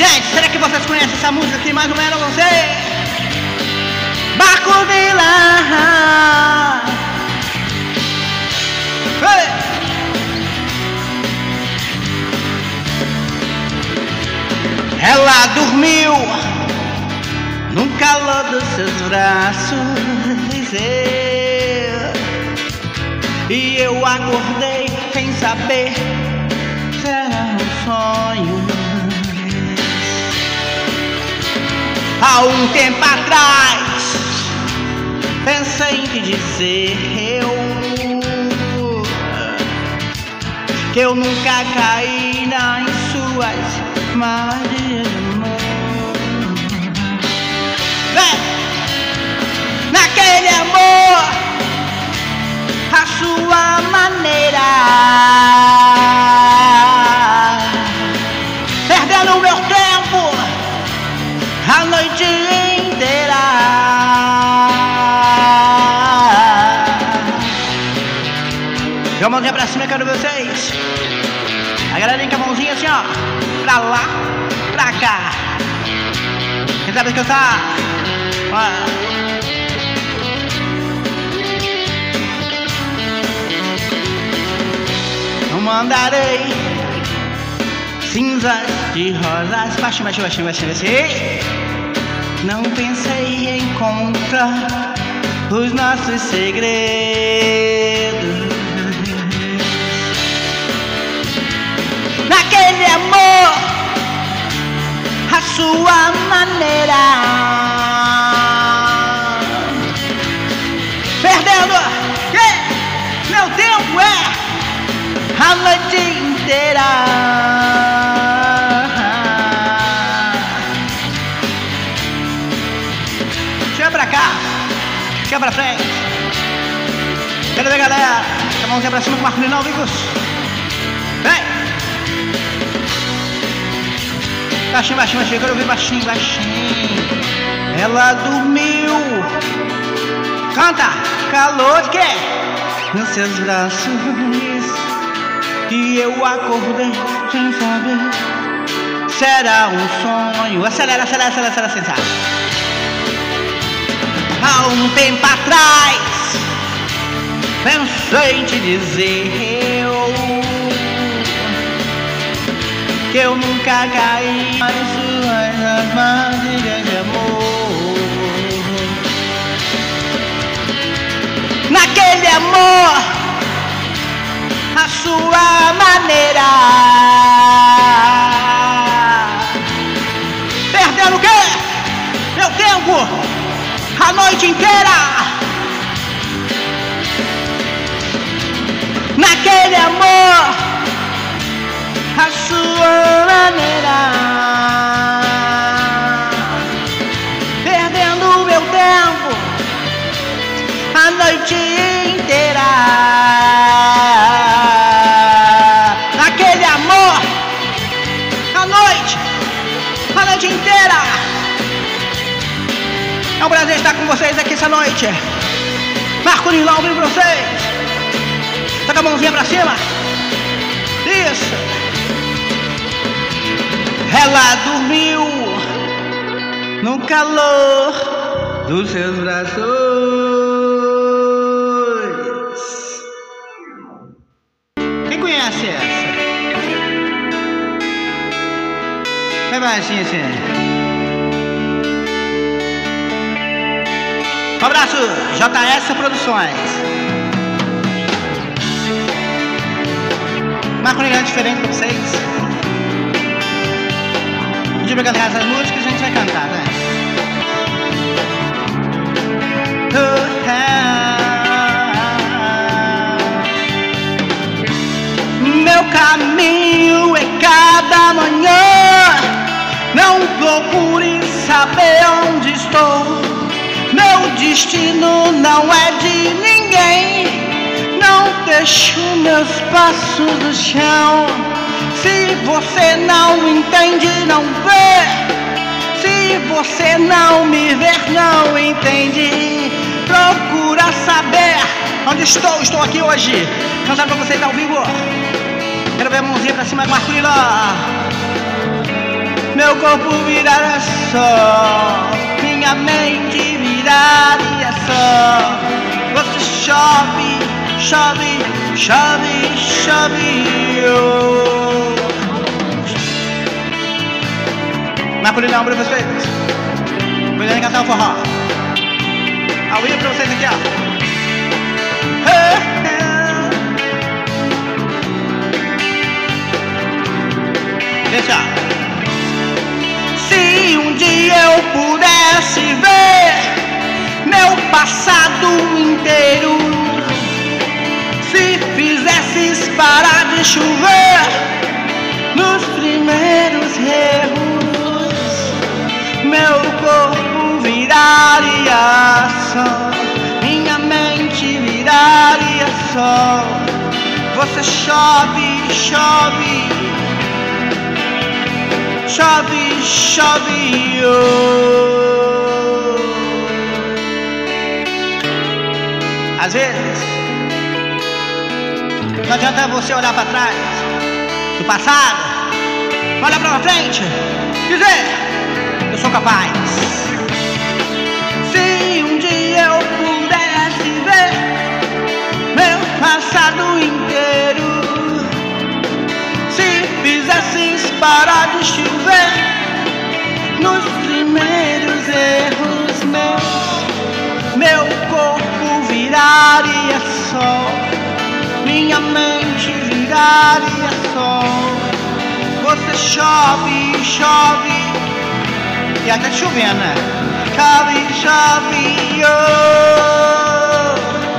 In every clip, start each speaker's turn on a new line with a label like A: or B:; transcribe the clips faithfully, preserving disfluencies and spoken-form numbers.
A: Gente, será que vocês conhecem essa música aqui mais ou menos? Você? Barco de lá. Hey! Ela dormiu no calor dos seus braços e eu acordei sem saber se era um sonho. Há um tempo atrás pensei em te dizer eu que eu nunca caí nas suas magias de amor. Vem! Naquele amor, a sua maneira, perdendo o meu tempo a noite inteira. Joga a mãozinha pra cima, quero vocês. A galerinha com a mãozinha assim, ó, pra lá, pra cá. Quem sabe cantar? Ó. Não mandarei cinzas de rosas. Baixinho, baixinho, baixinho, baixinho, baixinho. Não pensei em encontrar os nossos segredos. Naquele amor, a sua maneira, perdendo yeah, meu tempo é a noite inteira. Chega pra cá, chega pra frente. Quero ver, galera, com a mãozinha pra cima com o Marco Linal, amigos. Vem! Baixinho, baixinho, baixinho, quero ouvir baixinho, baixinho. Ela dormiu. Canta! Calor de quê? Nos seus braços. E eu acordei sem saber se era um sonho. Acelera, acelera, acelera, acelera, acelera. Há um tempo atrás pensei em te dizer eu que eu nunca caí nas suas armadilhas de amor. Naquele amor, a sua maneira, perdendo o quê? Meu tempo, a noite inteira. Naquele amor, a sua maneira, perdendo o meu tempo a noite inteira. Naquele amor, a noite, a noite inteira. É um prazer estar com vocês aqui essa noite. Marco Linal, vem pra vocês. Tá com a mãozinha pra cima. Isso. Ela dormiu no calor dos seus braços. Quem conhece essa? Vai baixinho assim. Um abraço, J S Produções. Marco Linal diferente pra vocês. Pra cantar essas músicas a gente vai cantar, né? Meu caminho é cada manhã. Não procure saber onde estou. Meu destino não é de ninguém. Não deixo meus passos no chão. Se você não entende, não vê. Se você não me ver, não entende. Procura saber onde estou. Estou aqui hoje, cantando pra vocês ao vivo. Quero ver a mãozinha pra cima, Marco Linal. Meu meu corpo viraria sol, minha mente viraria sol. Você chove, chove, chove, chove. Oh. Marcolino, para vocês. Vou cantar o forró. Ao vivo pra vocês aqui, ó. Deixa. Se um dia eu pudesse ver meu passado inteiro, se fizesses parar de chover nos primeiros erros, meu corpo viraria sol, minha mente viraria sol. Você chove, chove, chove, chove, oh. Às vezes não adianta você olhar para trás do passado, olhar para frente, dizer: eu sou capaz. Se um dia eu pudesse ver meu passado inteiro, se fizesses parar de chover nos primeiros erros meus, meu corpo viraria sol, minha mente viraria sol. Você chove, chove, e até chovendo, né? Chove, chove, oh.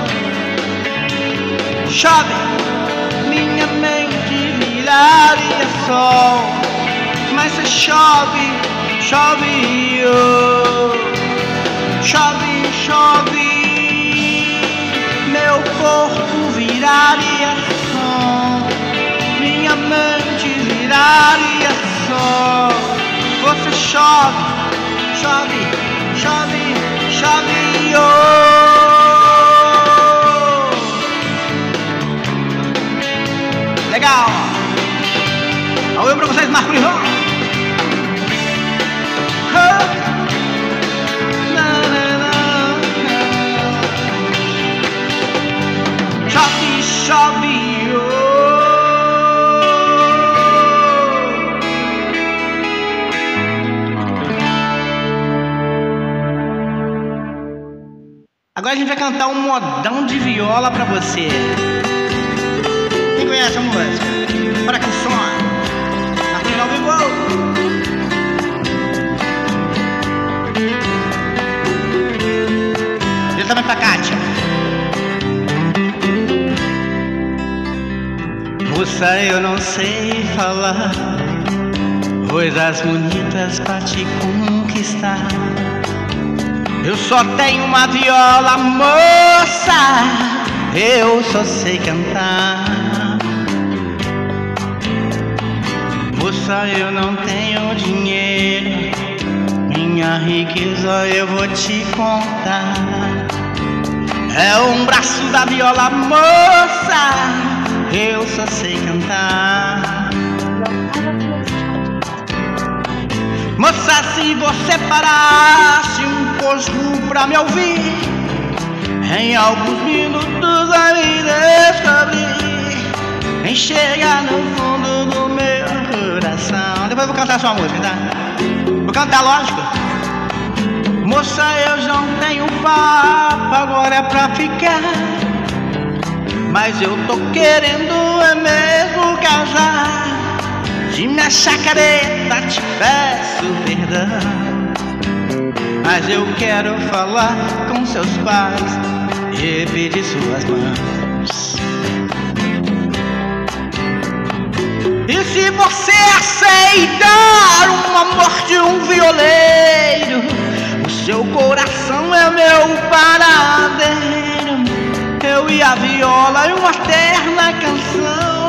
A: Chove, minha mente viraria sol, mas se chove, chove, oh. Chove, chove, meu corpo viraria sol, minha mente viraria sol. Você chove, chove, chove, chove, oh. Legal. Ao eu pra vocês, Marco Lirão. Chove, chove, oh. Agora a gente vai cantar um modão de viola pra você. Quem conhece a música? Para que som. Aqui não vivo. Ele também pra Kátia. Moça, eu não sei falar coisas bonitas pra te conquistar. Eu só tenho uma viola, moça, eu só sei cantar. Moça, eu não tenho dinheiro, minha riqueza eu vou te contar. É um braço da viola, moça, eu só sei cantar. Moça, se você parasse um pouco pra me ouvir, em alguns minutos vai me descobrir, em chegar no fundo do meu coração. Depois eu vou cantar sua música, tá? Vou cantar, lógico. Moça, eu não tenho papo, agora é pra ficar, mas eu tô querendo é mesmo casar. De minha chacareta te peço perdão, mas eu quero falar com seus pais e pedir suas mãos. E se você aceitar um amor de um violeiro, o seu coração é meu paradeiro, eu e a viola e uma eterna canção.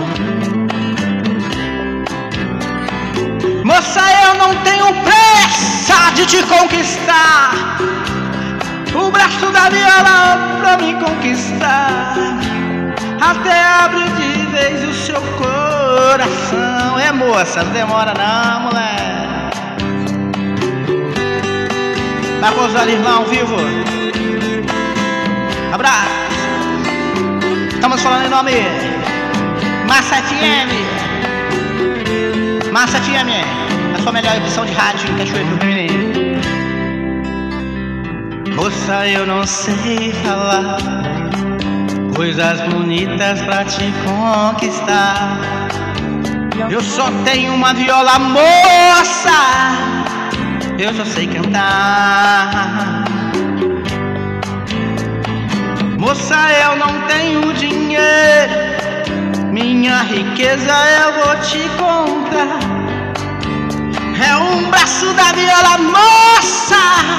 A: Moça, eu não tenho pressa de te conquistar, o braço da viola pra me conquistar, até abrir de vez o seu coração. É, moça, não demora não, moleque. Na Pousadinha Irmão, ao vivo. Abraço. Estamos falando em nome Massa F M. Massa F M, a sua melhor opção de rádio em Cachoeiro do Mineiro. Moça, eu não sei falar coisas bonitas pra te conquistar. Eu só tenho uma viola, moça, eu só sei cantar. Moça, eu não tenho dinheiro, minha riqueza eu vou te contar. É um braço da viola, moça,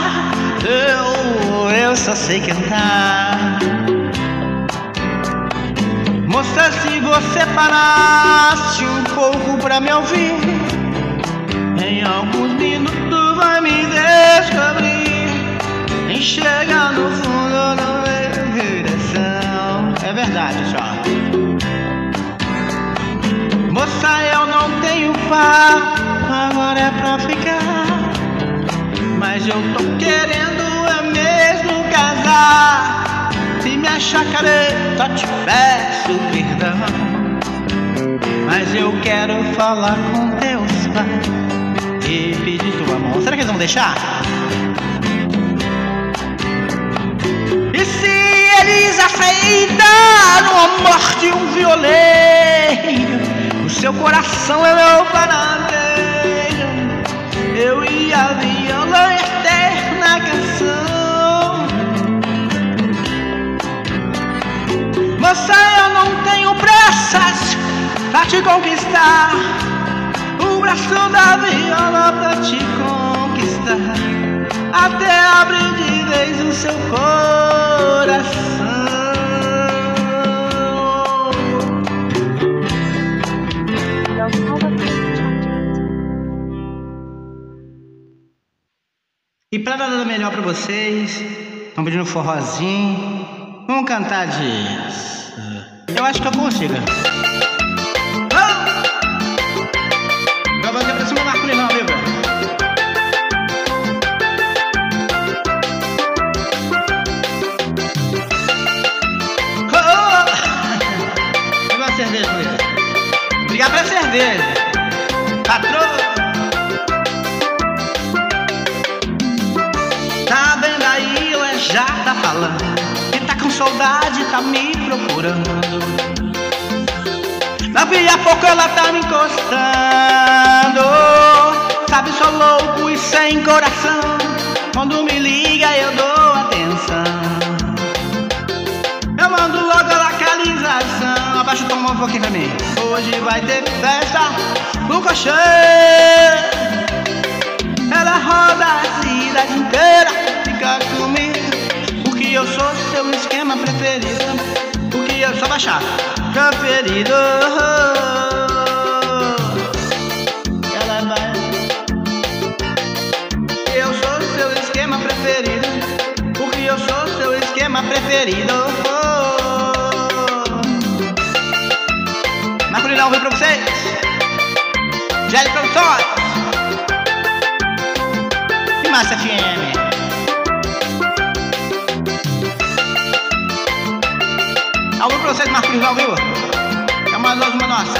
A: eu, eu só sei cantar. Moça, se você parasse um pouco pra me ouvir, em alguns minutos vai me descobrir, enxergar no fundo da minha direção. É verdade, só. Moça, eu não tenho papo, agora é pra ficar, mas eu tô querendo é mesmo casar. Se me achar careta, te peço perdão, mas eu quero falar com Deus, pai, e pedir tua mão. Será que eles vão deixar? E se eles aceitaram o amor de um violeiro, o seu coração é meu paradeiro, eu e a viola eterna canção. Moça, eu não tenho pressas pra te conquistar, o braço da viola pra te conquistar, até abrir de vez o seu coração. E pra dar nada melhor pra vocês, estão pedindo um forrozinho. Vamos cantar de... Eu acho que eu consigo. Gravando pra cima, Marco Leão, viu? Pega uma cerveja, mulher. Obrigado pela cerveja. Patroa. Tá vendo aí, ela já tá falando que tá com saudade, tá me procurando. Daqui a pouco ela tá me encostando. Sabe, sou louco e sem coração, quando me liga eu dou atenção. Eu mando logo a localização. Abaixa o tom um pouquinho pra mim. Hoje vai ter festa no colchão. Ela roda a cidade inteira, fica comigo, porque eu sou seu esquema preferido, porque eu sou baixado, preferido. Ela vai, eu sou seu esquema preferido, porque eu sou seu esquema preferido. Marco Leão, vem pra vocês. Gelli Produções e Massa F M. Alô pra vocês, Marco Leão, viu? É uma nós, uma nossa.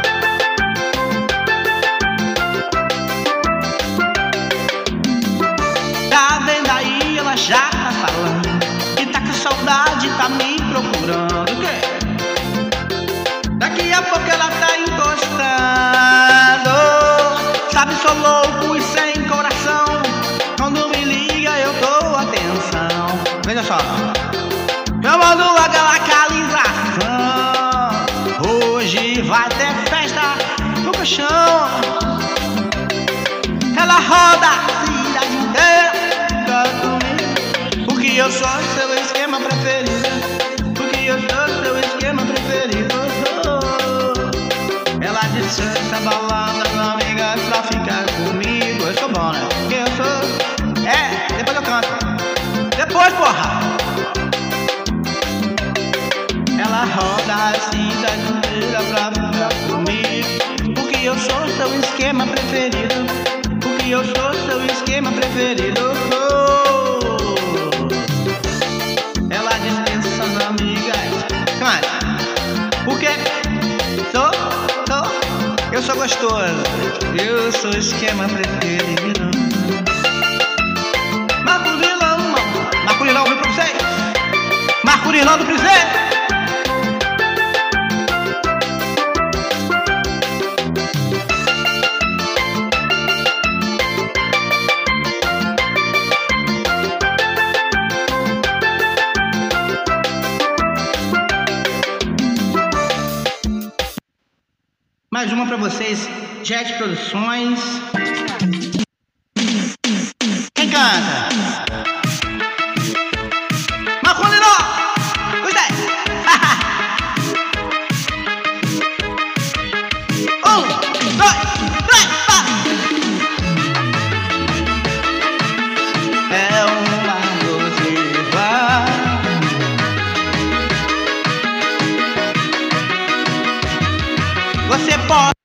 A: Tá vendo aí, ela já tá falando que tá com saudade, tá me procurando. O quê? Daqui a pouco ela tá encostando. Sabe, sou louco e sem coração, quando me liga eu dou atenção. Veja só, eu mando logo a localização. Hoje vai ter festa no colchão. Ela roda a cidade inteira, porque eu sou seu esquema preferido, porque eu sou seu esquema preferido. Ela disse essa balada com amigas pra ficar comigo. Eu sou bom, né? Porque eu sou... É, depois eu canto. Depois, porra! Ela roda a cidade inteira pra ficar comigo, porque eu sou seu esquema preferido, porque eu sou seu esquema preferido. Eu sou gostoso, eu sou esquema preferido. Marcurilão, Marcurilão, vem pra vocês. Marcurilão do Cruzeiro. Mais uma pra vocês, Jet Produções. Quem canta? Marcolino! Gostei! Um, dois, três, quatro! É uma goziva. Você pode